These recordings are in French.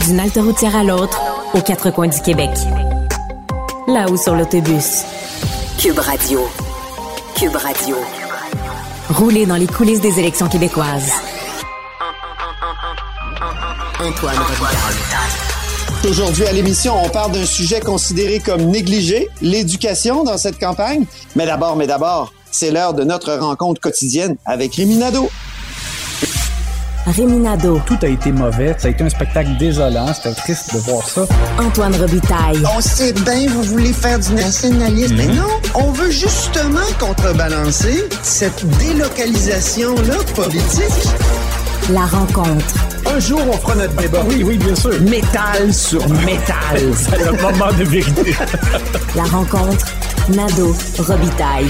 D'une halte routière à l'autre, aux quatre coins du Québec. Là-haut sur l'autobus. Cube Radio. Cube Radio. Rouler dans les coulisses des élections québécoises. Antoine Robitaille. Aujourd'hui à l'émission, on parle d'un sujet considéré comme négligé, l'éducation dans cette campagne. Mais d'abord, c'est l'heure de notre rencontre quotidienne avec Rémi Nadeau. Rémi Nadeau. Tout a été mauvais. Ça a été un spectacle désolant. C'était triste de voir ça. Antoine Robitaille. On sait bien, vous voulez faire du nationalisme. Mais non, on veut justement contrebalancer cette délocalisation-là politique. La rencontre. Un jour, on fera notre débat. Oui, bien sûr. Métal sur métal. C'est le moment de vérité. La rencontre. Nadeau Robitaille.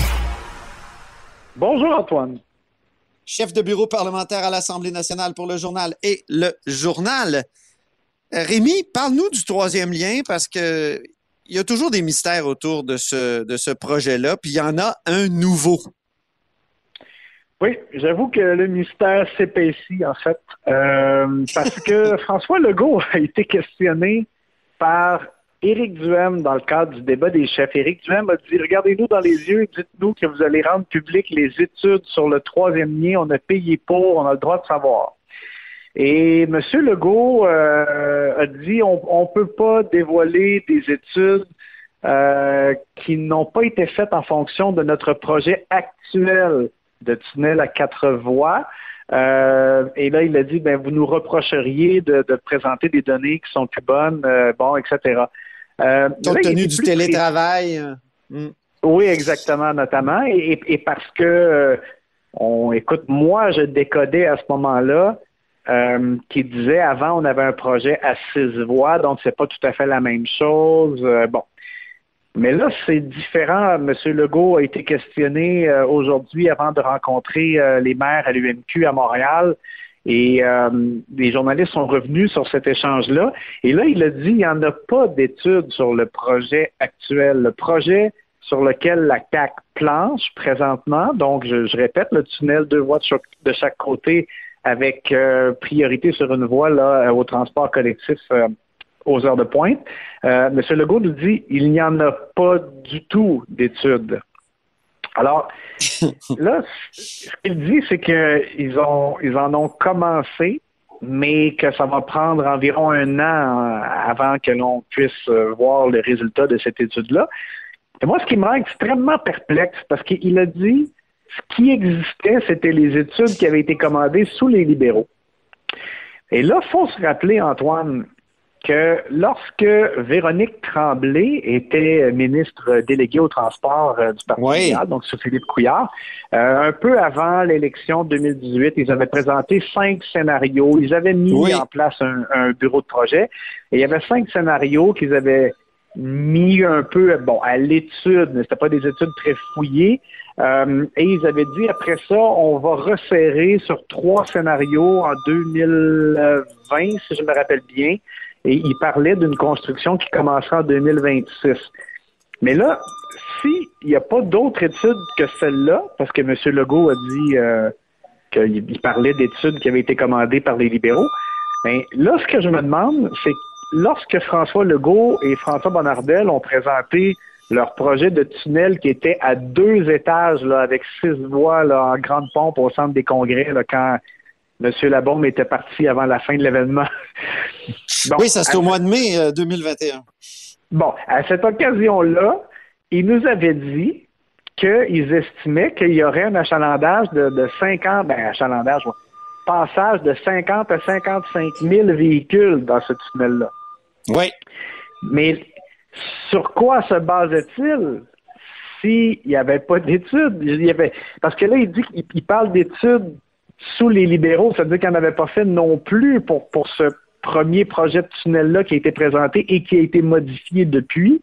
Bonjour Antoine. Chef de bureau parlementaire à l'Assemblée nationale pour le journal et le journal. Rémi, parle-nous du troisième lien parce que il y a toujours des mystères autour de ce projet-là, puis il y en a un nouveau. Oui, j'avoue que le mystère s'épaissit en fait, parce que François Legault a été questionné par Éric Duhaime dans le cadre du débat des chefs. Éric Duhaime a dit « Regardez-nous dans les yeux et dites-nous que vous allez rendre publiques les études sur le troisième lien. On a payé pour, on a le droit de savoir. » Et M. Legault a dit « On ne peut pas dévoiler des études qui n'ont pas été faites en fonction de notre projet actuel de tunnel à 4 voies. » Et là, il a dit, vous nous reprocheriez de présenter des données qui sont plus bonnes, etc. Compte tenu du télétravail. Oui, exactement, notamment. Et parce que, moi, je décodais à ce moment-là, qui disait, avant, on avait un projet à 6 voies, donc c'est pas tout à fait la même chose. Mais là, c'est différent. M. Legault a été questionné aujourd'hui avant de rencontrer les maires à l'UMQ à Montréal. Et les journalistes sont revenus sur cet échange-là. Et là, il a dit qu'il n'y en a pas d'études sur le projet actuel. Le projet sur lequel la CAQ planche présentement, donc je répète, le tunnel 2 voies de chaque côté avec priorité sur une voie là, au transport collectif aux heures de pointe. M. Legault nous dit qu'il n'y en a pas du tout d'études. Alors, là, ce qu'il dit, c'est qu'ils en ont commencé, mais que ça va prendre environ 1 an avant que l'on puisse voir le résultat de cette étude-là. Et moi, ce qui me rend extrêmement perplexe, parce qu'il a dit ce qui existait, c'était les études qui avaient été commandées sous les libéraux. Et là, il faut se rappeler, Antoine, que lorsque Véronique Tremblay était ministre déléguée au transport du Parti libéral, donc sous Philippe Couillard, un peu avant l'élection 2018, ils avaient présenté 5 scénarios. Ils avaient mis en place un bureau de projet et il y avait 5 scénarios qu'ils avaient mis un peu à l'étude, mais c'était pas des études très fouillées. Et ils avaient dit, après ça, on va resserrer sur 3 scénarios en 2020, si je me rappelle bien. Et il parlait d'une construction qui commencera en 2026. Mais là, s'il n'y a pas d'autres études que celle-là, parce que M. Legault a dit qu'il parlait d'études qui avaient été commandées par les libéraux, là, ce que je me demande, c'est lorsque François Legault et François Bonnardel ont présenté leur projet de tunnel qui était à 2 étages, là, avec 6 voies là, en grande pompe au centre des congrès, là, quand M. Labaume était parti avant la fin de l'événement. Oui, ça c'est au mois de mai 2021. Bon, à cette occasion-là, il nous avait dit qu'ils estimaient qu'il y aurait un achalandage de 50, passage de 50 à 55 000 véhicules dans ce tunnel-là. Oui. Mais sur quoi se basait-il s'il n'y avait pas d'études? Parce que là, il dit qu'il parle d'études sous les libéraux, ça veut dire qu'il n'en avait pas fait non plus pour ce premier projet de tunnel-là qui a été présenté et qui a été modifié depuis.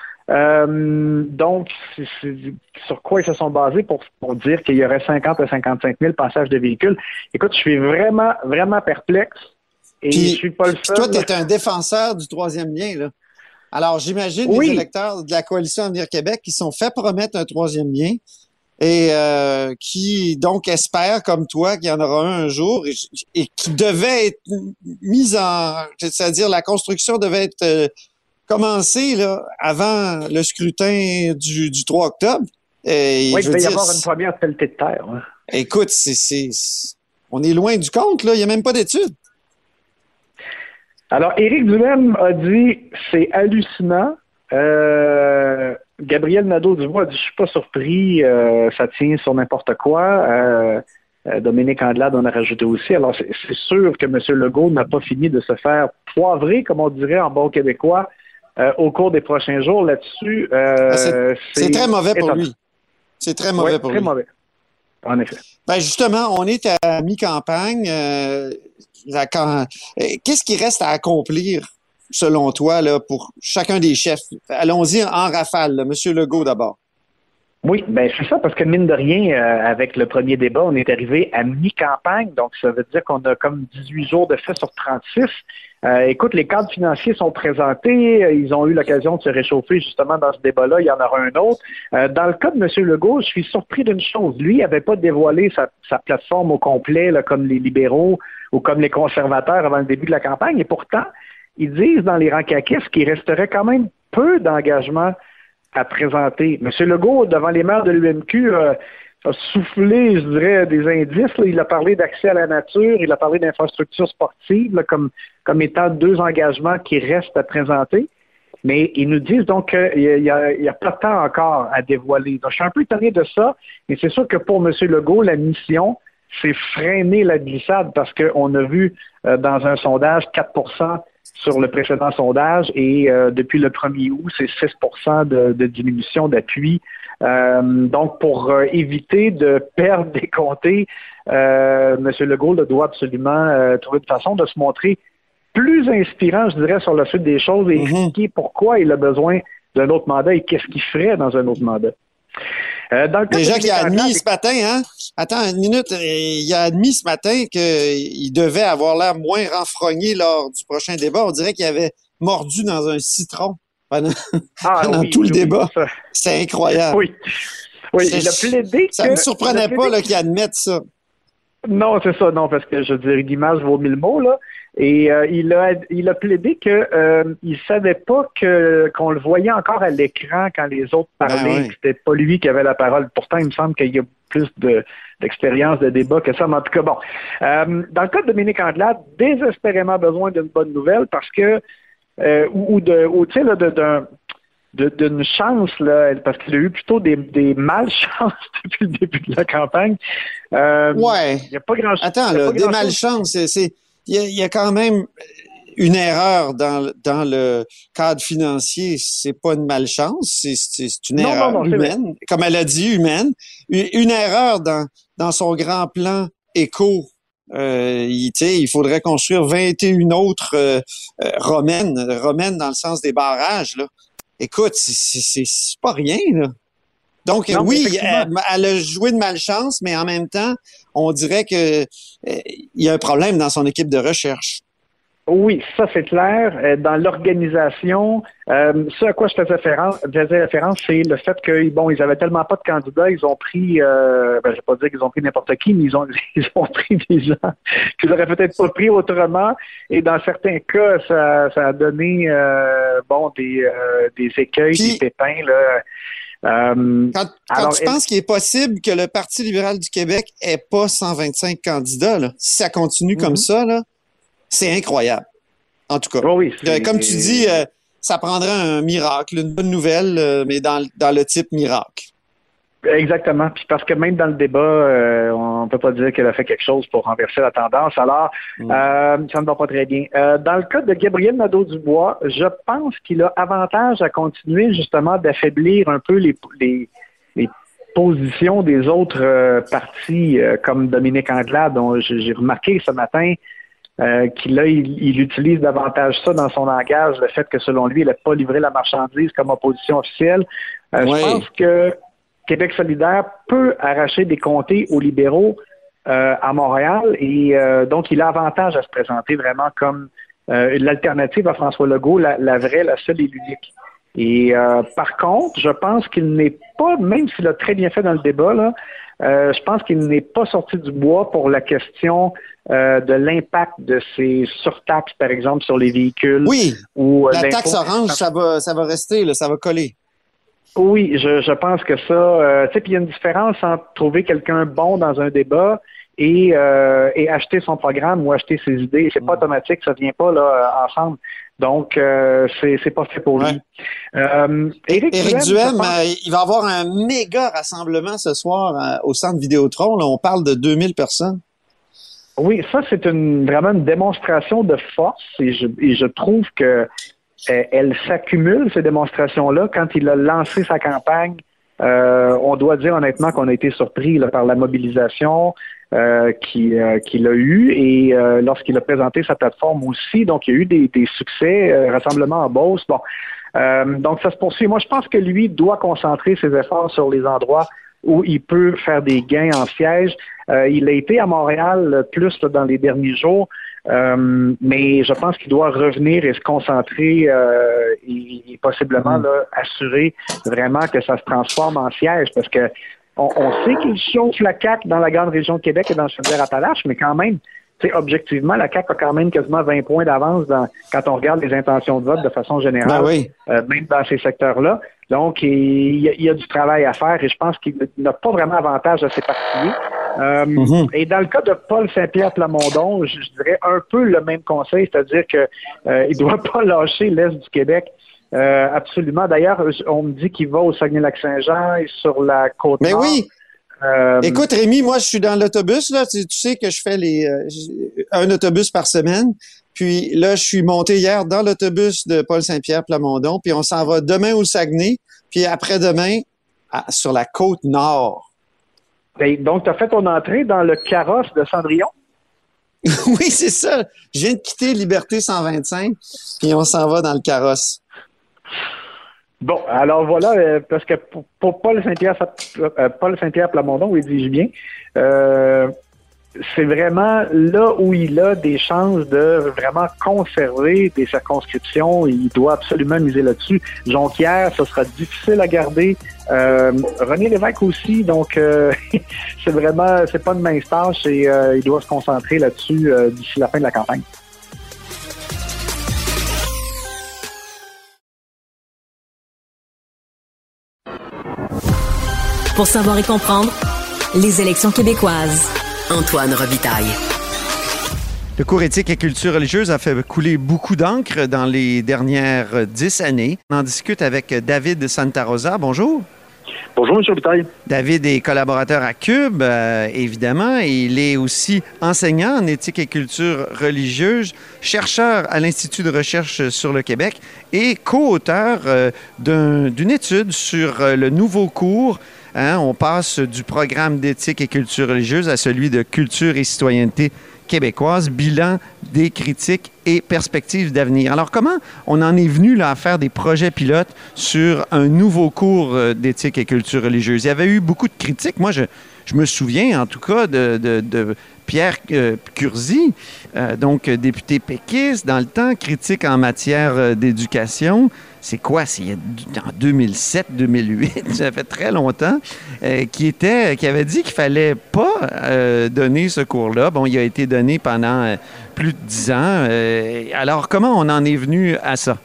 Donc, sur quoi ils se sont basés pour dire qu'il y aurait 50 à 55 000 passages de véhicules? Écoute, je suis vraiment, vraiment perplexe et je suis pas le seul. Toi, tu es un défenseur du troisième lien, là. Alors, j'imagine les électeurs de la Coalition Avenir Québec qui sont fait promettre un troisième lien et qui donc espère, comme toi, qu'il y en aura un jour et qui devait être c'est-à-dire la construction devait être commencée là, avant le scrutin du 3 octobre. Et Oui, je il veux va y dire, avoir une première pelletée de terre. Hein. écoute, on est loin du compte, là. Il n'y a même pas d'études. Alors, Éric Duhaime a dit c'est hallucinant. Gabriel Nadeau-Dubois a dit je suis pas surpris, ça tient sur n'importe quoi. Dominique Andelade en a rajouté aussi. Alors, c'est sûr que M. Legault n'a pas fini de se faire poivrer, comme on dirait en bon québécois, au cours des prochains jours là-dessus. C'est très mauvais pour lui. C'est très mauvais pour lui. Très mauvais, en effet. Ben justement, on est à mi-campagne. Qu'est-ce qui reste à accomplir, selon toi, là, pour chacun des chefs? Allons-y en rafale. Là. Monsieur Legault, d'abord. Oui, ben c'est ça, parce que mine de rien, avec le premier débat, on est arrivé à mi-campagne, donc ça veut dire qu'on a comme 18 jours de fait sur 36. Écoute, les cadres financiers sont présentés, ils ont eu l'occasion de se réchauffer justement dans ce débat-là, il y en aura un autre. Dans le cas de M. Legault, je suis surpris d'une chose. Lui, il n'avait pas dévoilé sa plateforme au complet, là, comme les libéraux ou comme les conservateurs avant le début de la campagne, et pourtant, ils disent dans les rangs caquistes qu'il resterait quand même peu d'engagement à présenter. M. Legault, devant les maires de l'UMQ, a soufflé, je dirais, des indices. Là. Il a parlé d'accès à la nature, il a parlé d'infrastructures sportives là, comme étant deux engagements qui restent à présenter. Mais ils nous disent donc qu'il n'y a pas de temps encore à dévoiler. Donc, je suis un peu étonné de ça, mais c'est sûr que pour M. Legault, la mission, c'est freiner la glissade parce qu'on a vu dans un sondage 4% sur le précédent sondage et depuis le 1er août, c'est 6% de diminution d'appui. Donc, pour éviter de perdre des comtés, M. Legault doit absolument trouver une façon de se montrer plus inspirant, je dirais, sur la suite des choses et expliquer pourquoi il a besoin d'un autre mandat et qu'est-ce qu'il ferait dans un autre mandat. Déjà qu'il a admis ce matin, hein? Attends une minute, il a admis ce matin qu'il devait avoir l'air moins renfrogné lors du prochain débat. On dirait qu'il avait mordu dans un citron pendant tout le débat. C'est incroyable. Oui, il a plaidé ça ne me surprenait pas qu'il admette ça. Non, c'est ça, non, parce que je veux dire, une image vaut 1000 mots, là. Et il a plaidé que il savait pas qu'on le voyait encore à l'écran quand les autres parlaient, que c'était pas lui qui avait la parole. Pourtant, il me semble qu'il y a plus d'expérience de débat que ça. Mais en tout cas, bon. Dans le cas de Dominique Andelade, désespérément besoin d'une bonne nouvelle parce que tu sais, d'une chance, là, parce qu'il a eu plutôt des malchances depuis le début de la campagne. Il n'y a pas grand-chose. Attends, là, des malchances, il y a quand même une erreur dans le cadre financier. C'est pas une malchance, c'est une erreur humaine. Comme elle a dit, humaine. Une erreur dans son grand plan éco. Il faudrait construire 21 autres romaines dans le sens des barrages, là. Écoute, c'est pas rien, là. Donc, non, oui, elle a joué de malchance, mais en même temps, on dirait que il y a un problème dans son équipe de recherche. Oui, ça c'est clair. Dans l'organisation, ce à quoi je faisais référence, c'est le fait que ils avaient tellement pas de candidats, ils ont pris, je vais pas dire qu'ils ont pris n'importe qui, mais ils ont pris des gens qu'ils auraient peut-être pas pris autrement. Et dans certains cas, ça a donné des écueils, des pépins là. Quand tu penses qu'il est possible que le Parti libéral du Québec ait pas 125 candidats, là, si ça continue comme ça, là, c'est incroyable. En tout cas, comme tu dis, ça prendrait un miracle, une bonne nouvelle, mais dans le type miracle. Exactement. Puis parce que même dans le débat, on peut pas dire qu'elle a fait quelque chose pour renverser la tendance. Alors, ça ne va pas très bien. Dans le cas de Gabriel Nadeau-Dubois, je pense qu'il a avantage à continuer justement d'affaiblir un peu les positions des autres partis, comme Dominique Andelade, dont j'ai remarqué ce matin il utilise davantage ça dans son langage, le fait que selon lui, il n'a pas livré la marchandise comme opposition officielle. Je pense que Québec solidaire peut arracher des comtés aux libéraux à Montréal et donc il a avantage à se présenter vraiment comme l'alternative à François Legault, la vraie, la seule et l'unique. Et par contre, je pense qu'il n'est pas, même s'il a très bien fait dans le débat, là, je pense qu'il n'est pas sorti du bois pour la question de l'impact de ces surtaxes, par exemple, sur les véhicules. Oui, ou la taxe orange, ça va rester, là, ça va coller. Oui, je pense que ça... tu sais, puis il y a une différence entre trouver quelqu'un bon dans un débat et acheter son programme ou acheter ses idées. C'est pas automatique, ça vient pas là ensemble. Donc, c'est pas fait pour lui. Éric Duhem, il va y avoir un méga rassemblement ce soir au Centre Vidéotron. Là, on parle de 2000 personnes. Oui, ça, c'est vraiment une démonstration de force et je trouve que elle s'accumule, ces démonstrations-là. Quand il a lancé sa campagne, on doit dire honnêtement qu'on a été surpris là, par la mobilisation qu'il a eue et lorsqu'il a présenté sa plateforme aussi. Donc, il y a eu des succès, rassemblements en Beauce. Bon, donc ça se poursuit. Moi, je pense que lui doit concentrer ses efforts sur les endroits où il peut faire des gains en siège. Il a été à Montréal plus là, dans les derniers jours. Mais je pense qu'il doit revenir et se concentrer et possiblement là, assurer vraiment que ça se transforme en siège parce que on sait qu'il chauffe la CAQ dans la grande région de Québec et dans le Chaudière-Appalaches, mais quand même, objectivement, la CAQ a quand même quasiment 20 points d'avance quand on regarde les intentions de vote de façon générale, même dans ces secteurs-là. Donc, il y a du travail à faire et je pense qu'il n'a pas vraiment avantage à s'éparpiller. Et dans le cas de Paul Saint-Pierre Plamondon, je dirais un peu le même conseil, c'est-à-dire que il doit pas lâcher l'Est du Québec. Absolument. D'ailleurs, on me dit qu'il va au Saguenay-Lac-Saint-Jean et sur la Côte-Nord. Mais oui! Écoute, Rémi, moi, je suis dans l'autobus, là. Tu sais que je fais un autobus par semaine. Puis là, je suis monté hier dans l'autobus de Paul Saint-Pierre Plamondon. Puis on s'en va demain au Saguenay. Puis après-demain, sur la Côte-Nord. Donc, tu as fait ton entrée dans le carrosse de Cendrillon? Oui, c'est ça. Je viens de quitter Liberté 125. Puis on s'en va dans le carrosse. Bon, alors voilà, parce que pour Paul Saint-Pierre Plamondon, oui, dis-je bien, c'est vraiment là où il a des chances de vraiment conserver des circonscriptions. Il doit absolument miser là-dessus. Jonquière, ça sera difficile à garder. René Lévesque aussi, donc c'est pas une mince tâche et il doit se concentrer là-dessus d'ici la fin de la campagne. Pour savoir et comprendre, les élections québécoises. Antoine Robitaille. Le cours éthique et culture religieuse a fait couler beaucoup d'encre dans les dernières 10 années. On en discute avec David Santarosa. Bonjour. Bonjour, M. Robitaille. David est collaborateur à Cube, évidemment. Il est aussi enseignant en éthique et culture religieuse, chercheur à l'Institut de recherche sur le Québec et co-auteur d'une étude sur le nouveau cours. On passe du programme d'éthique et culture religieuse à celui de culture et citoyenneté québécoise, bilan des critiques et perspectives d'avenir. Alors, comment on en est venu là, à faire des projets pilotes sur un nouveau cours d'éthique et culture religieuse? Il y avait eu beaucoup de critiques. Moi, je me souviens, en tout cas, de Pierre Curzi, donc député péquiste dans le temps, critique en matière d'éducation. C'est quoi? C'est en 2007-2008, ça fait très longtemps, qui avait dit qu'il fallait pas donner ce cours-là. Bon, il a été donné pendant plus de 10 ans. Alors, comment on en est venu à ça?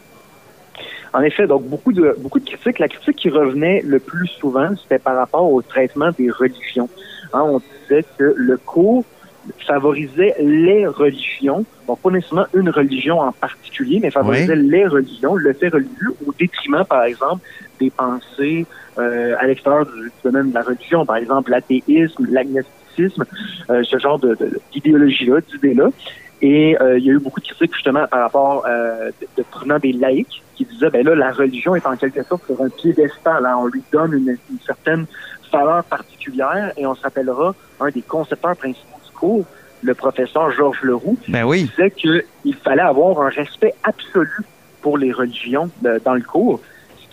En effet, donc beaucoup de critiques. La critique qui revenait le plus souvent, c'était par rapport au traitement des religions. On disait que le cours favorisait les religions, donc pas nécessairement une religion en particulier, mais favorisait les religions, le fait religieux, au détriment, par exemple, des pensées à l'extérieur du domaine de la religion, par exemple l'athéisme, l'agnosticisme, ce genre d'idéologie-là, d'idées-là. Et il y a eu beaucoup de critiques justement par rapport de provenant des laïcs qui disaient, ben là, la religion est en quelque sorte sur un piédestal. On lui donne une certaine valeur particulière et on se rappellera un des concepteurs principaux du cours, le professeur Georges Leroux, qui disait qu'il fallait avoir un respect absolu pour les religions dans le cours, ce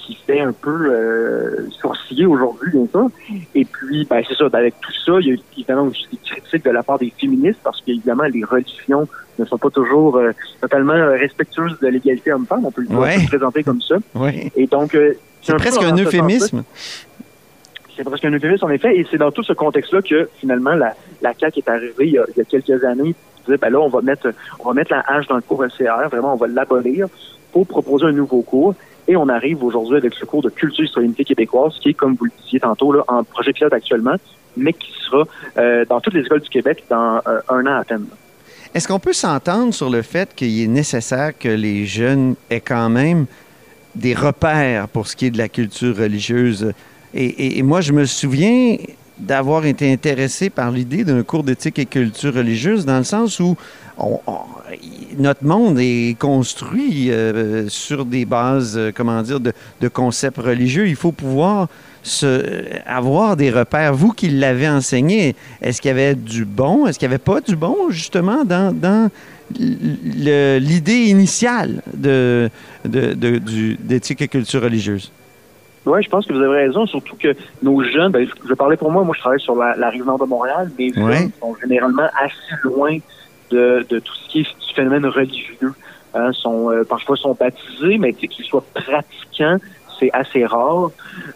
qui fait un peu sourciller aujourd'hui, bien sûr. Et puis, ben, c'est ça, avec tout ça, il y a évidemment aussi des critiques de la part des féministes, parce qu'évidemment, les religions ne sont pas toujours totalement respectueuses de l'égalité homme-femme, on peut le présenter comme ça. Ouais. Et donc, c'est presque un euphémisme. C'est presque un euphémisme, en effet, et c'est dans tout ce contexte-là que, finalement, la CAQ est arrivée il y a quelques années, disait, ben là, on va mettre la hache dans le cours ECR, vraiment, on va l'abolir pour proposer un nouveau cours. Et on arrive aujourd'hui avec ce cours de culture et citoyenneté québécoise qui est, comme vous le disiez tantôt, là, en projet pilote actuellement, mais qui sera dans toutes les écoles du Québec dans 1 an à peine. Est-ce qu'on peut s'entendre sur le fait qu'il est nécessaire que les jeunes aient quand même des repères pour ce qui est de la culture religieuse? Et moi, je me souviens d'avoir été intéressé par l'idée d'un cours d'éthique et culture religieuse dans le sens où notre monde est construit sur des bases, de concepts religieux. Il faut pouvoir avoir des repères. Vous qui l'avez enseigné, est-ce qu'il y avait du bon? Est-ce qu'il n'y avait pas du bon, justement, dans l'idée initiale d'éthique et culture religieuse? Oui, je pense que vous avez raison, surtout que nos jeunes, ben, je vais parler pour moi je travaille sur la rive nord de Montréal, les jeunes sont généralement assez loin de tout ce qui est du phénomène religieux. Parfois sont baptisés, mais qu'ils soient pratiquants, c'est assez rare.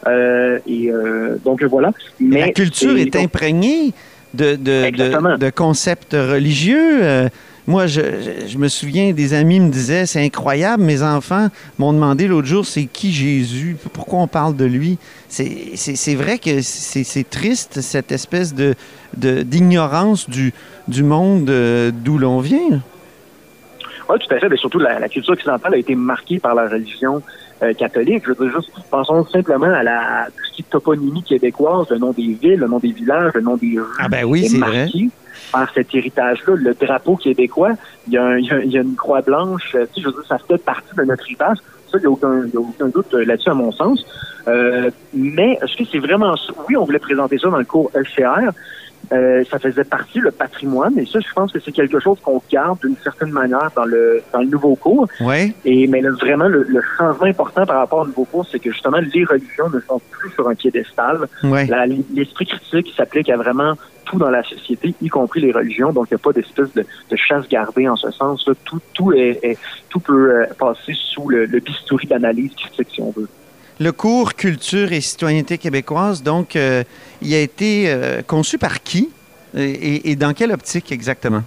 Donc voilà. Mais la culture est imprégnée de concepts religieux. Moi, je me souviens, des amis me disaient, c'est incroyable, mes enfants m'ont demandé l'autre jour, c'est qui Jésus? Pourquoi on parle de lui? C'est vrai que c'est triste, cette espèce d'ignorance du monde d'où l'on vient. Oui, tout à fait. Mais surtout, la culture occidentale a été marquée par la religion catholique. Je veux dire, juste, pensons simplement à tout ce qui est toponymie québécoise, le nom des villes, le nom des villages, le nom des rues. Ah ben oui, c'est vrai. Par cet héritage-là, le drapeau québécois, il y a une croix blanche, je veux dire, ça fait partie de notre héritage. Ça, il n'y a aucun doute là-dessus, à mon sens. Mais est-ce que c'est vraiment ça? Oui, on voulait présenter ça dans le cours ECR. Ça faisait partie le patrimoine, et ça, je pense que c'est quelque chose qu'on garde d'une certaine manière dans le nouveau cours. Oui. Mais là, vraiment, le changement important par rapport au nouveau cours, c'est que justement, les religions ne sont plus sur un piédestal. Oui. L'esprit critique s'applique à vraiment tout dans la société, y compris les religions. Donc, il n'y a pas d'espèce de chasse gardée en ce sens. Là. Tout peut passer sous le bistouri d'analyse critique, si on veut. Le cours Culture et citoyenneté québécoise, donc, il a été conçu par qui et dans quelle optique exactement?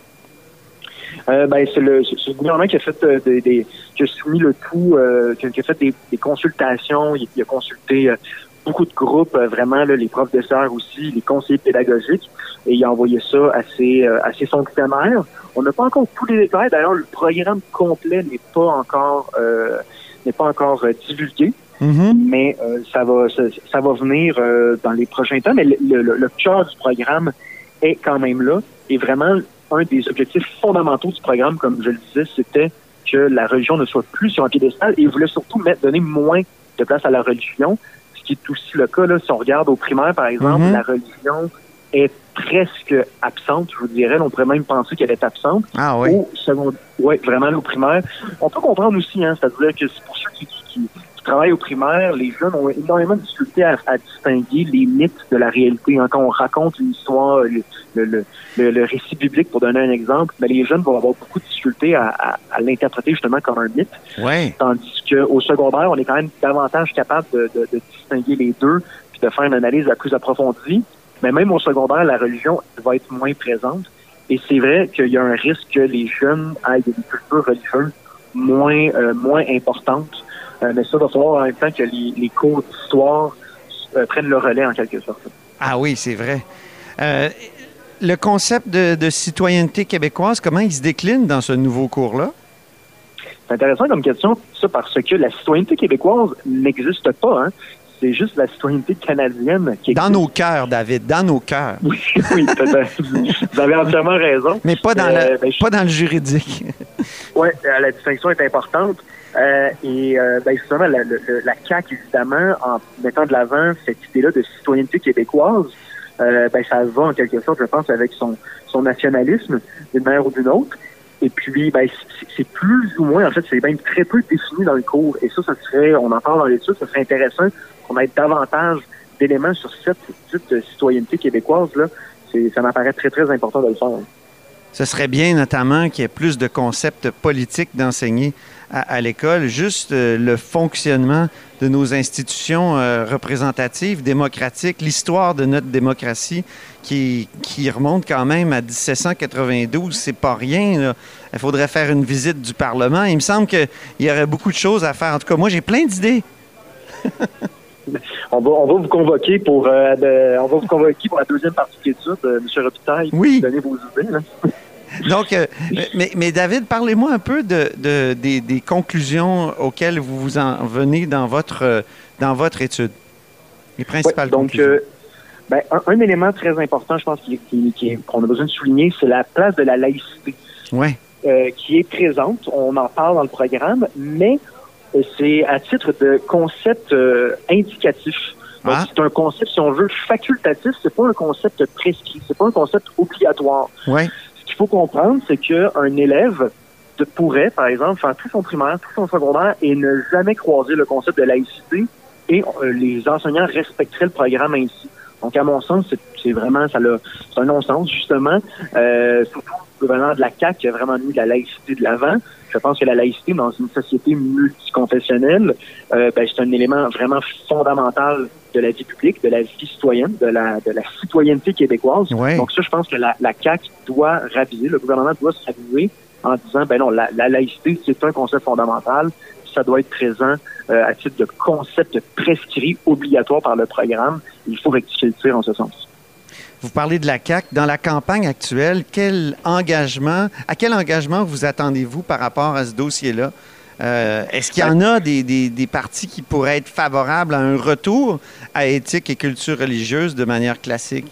C'est le gouvernement qui a fait qui a soumis le tout, qui a fait des consultations, il a consulté beaucoup de groupes, vraiment là, les profs de sœurs aussi, les conseillers pédagogiques, et il a envoyé ça à ses fonctionnaires. On n'a pas encore tous les détails. D'ailleurs, le programme complet n'est pas encore divulgué. Mm-hmm. Mais ça va venir dans les prochains temps. Mais le cœur du programme est quand même là. Et vraiment, un des objectifs fondamentaux du programme, comme je le disais, c'était que la religion ne soit plus sur un piédestal. Et il voulait surtout donner moins de place à la religion, ce qui est aussi le cas, là, si on regarde au primaire, par exemple, la religion est presque absente, je vous dirais. On pourrait même penser qu'elle est absente. Ah oui? Oui, vraiment, là, au primaire. On peut comprendre aussi, c'est-à-dire que c'est pour ceux qui travaillent au primaire, les jeunes ont énormément de difficulté à distinguer les mythes de la réalité. Quand on raconte une histoire, le récit biblique, pour donner un exemple, mais les jeunes vont avoir beaucoup de difficulté à l'interpréter justement comme un mythe. Ouais. Tandis qu'au secondaire, on est quand même davantage capable de distinguer les deux puis de faire une analyse la plus approfondie. Mais même au secondaire, la religion va être moins présente. Et c'est vrai qu'il y a un risque que les jeunes aient des cultures religieuses moins importantes. Mais ça, il va falloir en même temps que les cours d'histoire prennent le relais en quelque sorte. Ah oui, c'est vrai. Le concept de citoyenneté québécoise, comment il se décline dans ce nouveau cours-là? C'est intéressant comme question, ça, parce que la citoyenneté québécoise n'existe pas, hein. C'est juste la citoyenneté canadienne qui existe. Dans nos cœurs, David, dans nos cœurs. Oui, vous avez entièrement raison. Mais pas dans pas dans le juridique. Oui, la distinction est importante. Justement, la CAQ, évidemment, en mettant de l'avant cette idée-là de citoyenneté québécoise, ça va en quelque sorte, je pense, avec son nationalisme, d'une manière ou d'une autre. Et puis, c'est plus ou moins, en fait, c'est même très peu défini dans le cours. Et ça serait, on en parle dans l'étude, ça serait intéressant qu'on ait davantage d'éléments sur cette petite citoyenneté québécoise, là. Ça m'apparaît très, très important de le faire. Ce serait bien, notamment, qu'il y ait plus de concepts politiques d'enseigner à l'école. Juste le fonctionnement de nos institutions représentatives, démocratiques, l'histoire de notre démocratie qui remonte quand même à 1792. C'est pas rien, là. Il faudrait faire une visite du Parlement. Il me semble qu'il y aurait beaucoup de choses à faire. En tout cas, moi, j'ai plein d'idées. On va vous convoquer pour la deuxième partie de l'étude, M. Robitaille, pour vous donner vos idées, là. Donc, mais David, parlez-moi un peu des conclusions auxquelles vous en venez dans votre étude. Les principales conclusions. Un élément très important, je pense, qu'on a besoin de souligner, c'est la place de la laïcité, qui est présente. On en parle dans le programme, mais c'est à titre de concept indicatif. Donc, c'est un concept, si on veut, facultatif. C'est pas un concept prescrit. C'est pas un concept obligatoire. Ouais. Ce qu'il faut comprendre, c'est qu'un élève pourrait, par exemple, faire tout son primaire, tout son secondaire et ne jamais croiser le concept de laïcité et les enseignants respecteraient le programme ainsi. Donc, à mon sens, c'est vraiment, c'est un non-sens, justement. Surtout le gouvernement de la CAQ qui a vraiment mis la laïcité de l'avant. Je pense que la laïcité dans une société multiconfessionnelle, c'est un élément vraiment fondamental de la vie publique, de la vie citoyenne, de la citoyenneté québécoise. Ouais. Donc ça, je pense que la CAQ doit raviser, le gouvernement doit se raviser en disant, non, la laïcité, c'est un concept fondamental, ça doit être présent à titre de concept prescrit, obligatoire par le programme. Il faut rectifier le tir en ce sens. Vous parlez de la CAQ. Dans la campagne actuelle, à quel engagement vous attendez-vous par rapport à ce dossier-là? Est-ce qu'il y en a des partis qui pourraient être favorables à un retour à éthique et culture religieuse de manière classique?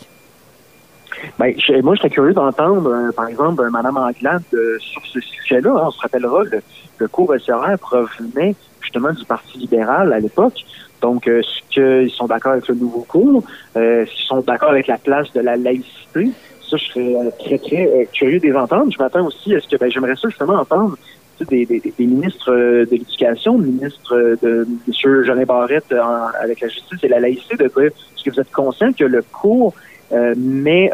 Moi, je serais curieux d'entendre, par exemple, Mme Anglade sur ce sujet-là. On se rappellera, le cours SRR provenait justement du Parti libéral à l'époque. Donc, est-ce qu'ils sont d'accord avec le nouveau cours? Est-ce qu'ils sont d'accord avec la place de la laïcité? Ça, je serais très, très curieux de les entendre. Je m'attends aussi à ce que j'aimerais ça justement entendre des ministres de l'Éducation, le ministre de M. Jeanin Barrette avec la justice et la laïcité, de dire est-ce que vous êtes conscient que le cours met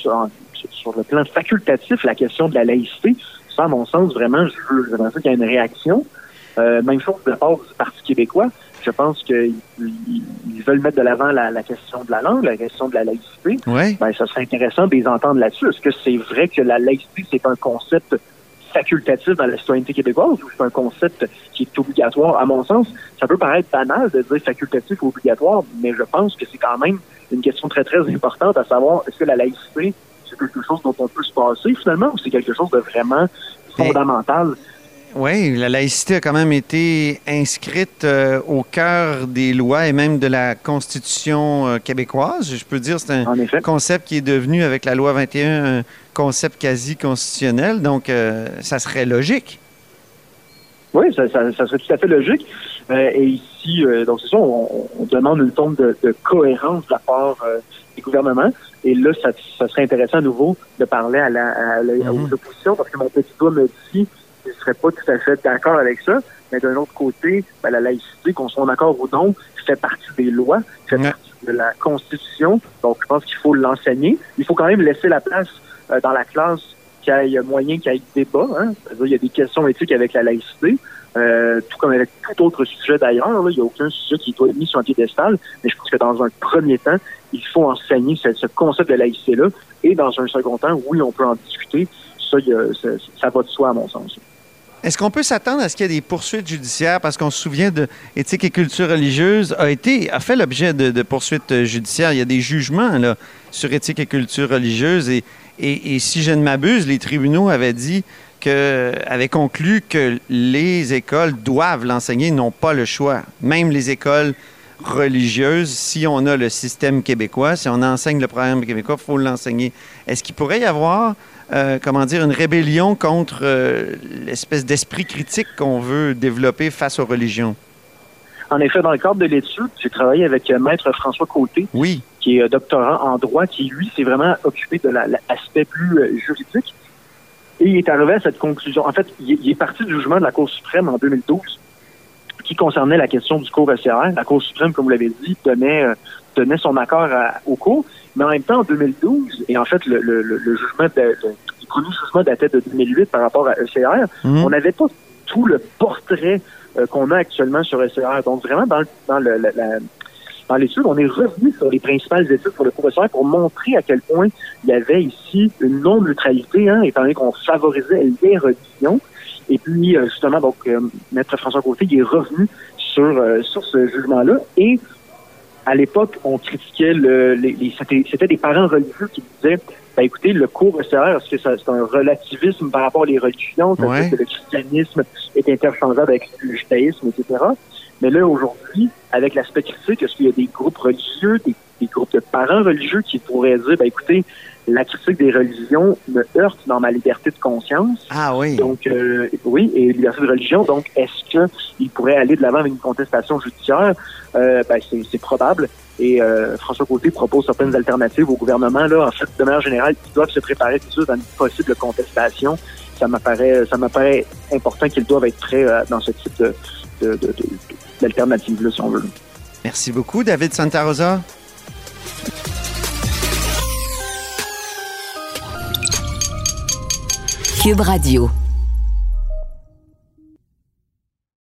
sur le plan facultatif la question de la laïcité? Ça, à mon sens, vraiment, j'aimerais ça qu'il y ait une réaction. Même chose de la part du Parti québécois. Je pense qu'ils veulent mettre de l'avant la question de la langue, la question de la laïcité. Oui. Ça serait intéressant de les entendre là-dessus. Est-ce que c'est vrai que la laïcité, c'est un concept facultatif dans la citoyenneté québécoise ou c'est un concept qui est obligatoire? À mon sens, ça peut paraître banal de dire facultatif ou obligatoire, mais je pense que c'est quand même une question très, très importante à savoir, est-ce que la laïcité, c'est quelque chose dont on peut se passer finalement ou c'est quelque chose de vraiment fondamental? Oui, la laïcité a quand même été inscrite au cœur des lois et même de la Constitution québécoise. Je peux dire que c'est un concept qui est devenu, avec la loi 21, un concept quasi constitutionnel. Donc, ça serait logique. Oui, ça serait tout à fait logique. Et ici, donc c'est ça, on demande une forme de cohérence de la part des gouvernements. Et là, ça serait intéressant à nouveau de parler aux oppositions, parce que mon petit doigt me dit je ne serais pas tout à fait d'accord avec ça, mais d'un autre côté, la laïcité, qu'on soit d'accord ou non, fait partie des lois, fait partie de la Constitution, donc je pense qu'il faut l'enseigner. Il faut quand même laisser la place dans la classe qu'il y ait moyen qu'il y ait débat. C'est-à-dire, il y a des questions éthiques avec la laïcité, tout comme avec tout autre sujet d'ailleurs. Il n'y a aucun sujet qui doit être mis sur un piédestal, mais je pense que dans un premier temps, il faut enseigner ce concept de laïcité-là, et dans un second temps, oui, on peut en discuter. Ça va de soi, à mon sens. Est-ce qu'on peut s'attendre à ce qu'il y ait des poursuites judiciaires? Parce qu'on se souvient de Éthique et culture religieuse a fait l'objet de poursuites judiciaires. Il y a des jugements là, sur éthique et culture religieuse. Et si je ne m'abuse, les tribunaux avaient conclu que les écoles doivent l'enseigner, n'ont pas le choix. Même les écoles religieuses, si on a le système québécois, si on enseigne le programme québécois, il faut l'enseigner. Est-ce qu'il pourrait y avoir une rébellion contre l'espèce d'esprit critique qu'on veut développer face aux religions? En effet, dans le cadre de l'étude, j'ai travaillé avec Maître François Côté, qui est doctorant en droit, qui, lui, s'est vraiment occupé de l'aspect plus juridique. Et il est arrivé à cette conclusion. En fait, il est parti du jugement de la Cour suprême en 2012 qui concernait la question du cours SCR. La Cour suprême, comme vous l'avez dit, donnait son accord au cours. Mais en même temps, en 2012, et en fait, le jugement le premier jugement datait de 2008 par rapport à ECR, on n'avait pas tout le portrait qu'on a actuellement sur ECR. Donc, vraiment, dans l'étude, on est revenu sur les principales études sur le cours SCR pour montrer à quel point il y avait ici une non-neutralité, étant donné qu'on favorisait les religions. Et puis, justement, donc, Maître François Côté, il est revenu sur ce jugement-là. Et à l'époque, on critiquait c'était des parents religieux qui disaient, écoutez, le cours SCR, est-ce que c'est un relativisme par rapport aux religions, c'est-à-dire que le christianisme est interchangeable avec le judaïsme, etc. Mais là, aujourd'hui, avec l'aspect critique, est-ce qu'il y a des groupes religieux, des groupes de parents religieux qui pourraient dire, écoutez, la critique des religions me heurte dans ma liberté de conscience. Ah oui. Donc, oui, et liberté de religion. Donc, est-ce qu'il pourrait aller de l'avant avec une contestation judiciaire? C'est probable. Et François Côté propose certaines alternatives au gouvernement. Là, en fait, de manière générale, ils doivent se préparer tout de suite à une possible contestation. Ça m'apparaît important qu'ils doivent être prêts dans ce type d'alternative-là, si on veut. Merci beaucoup, David Santa Rosa. Cube Radio.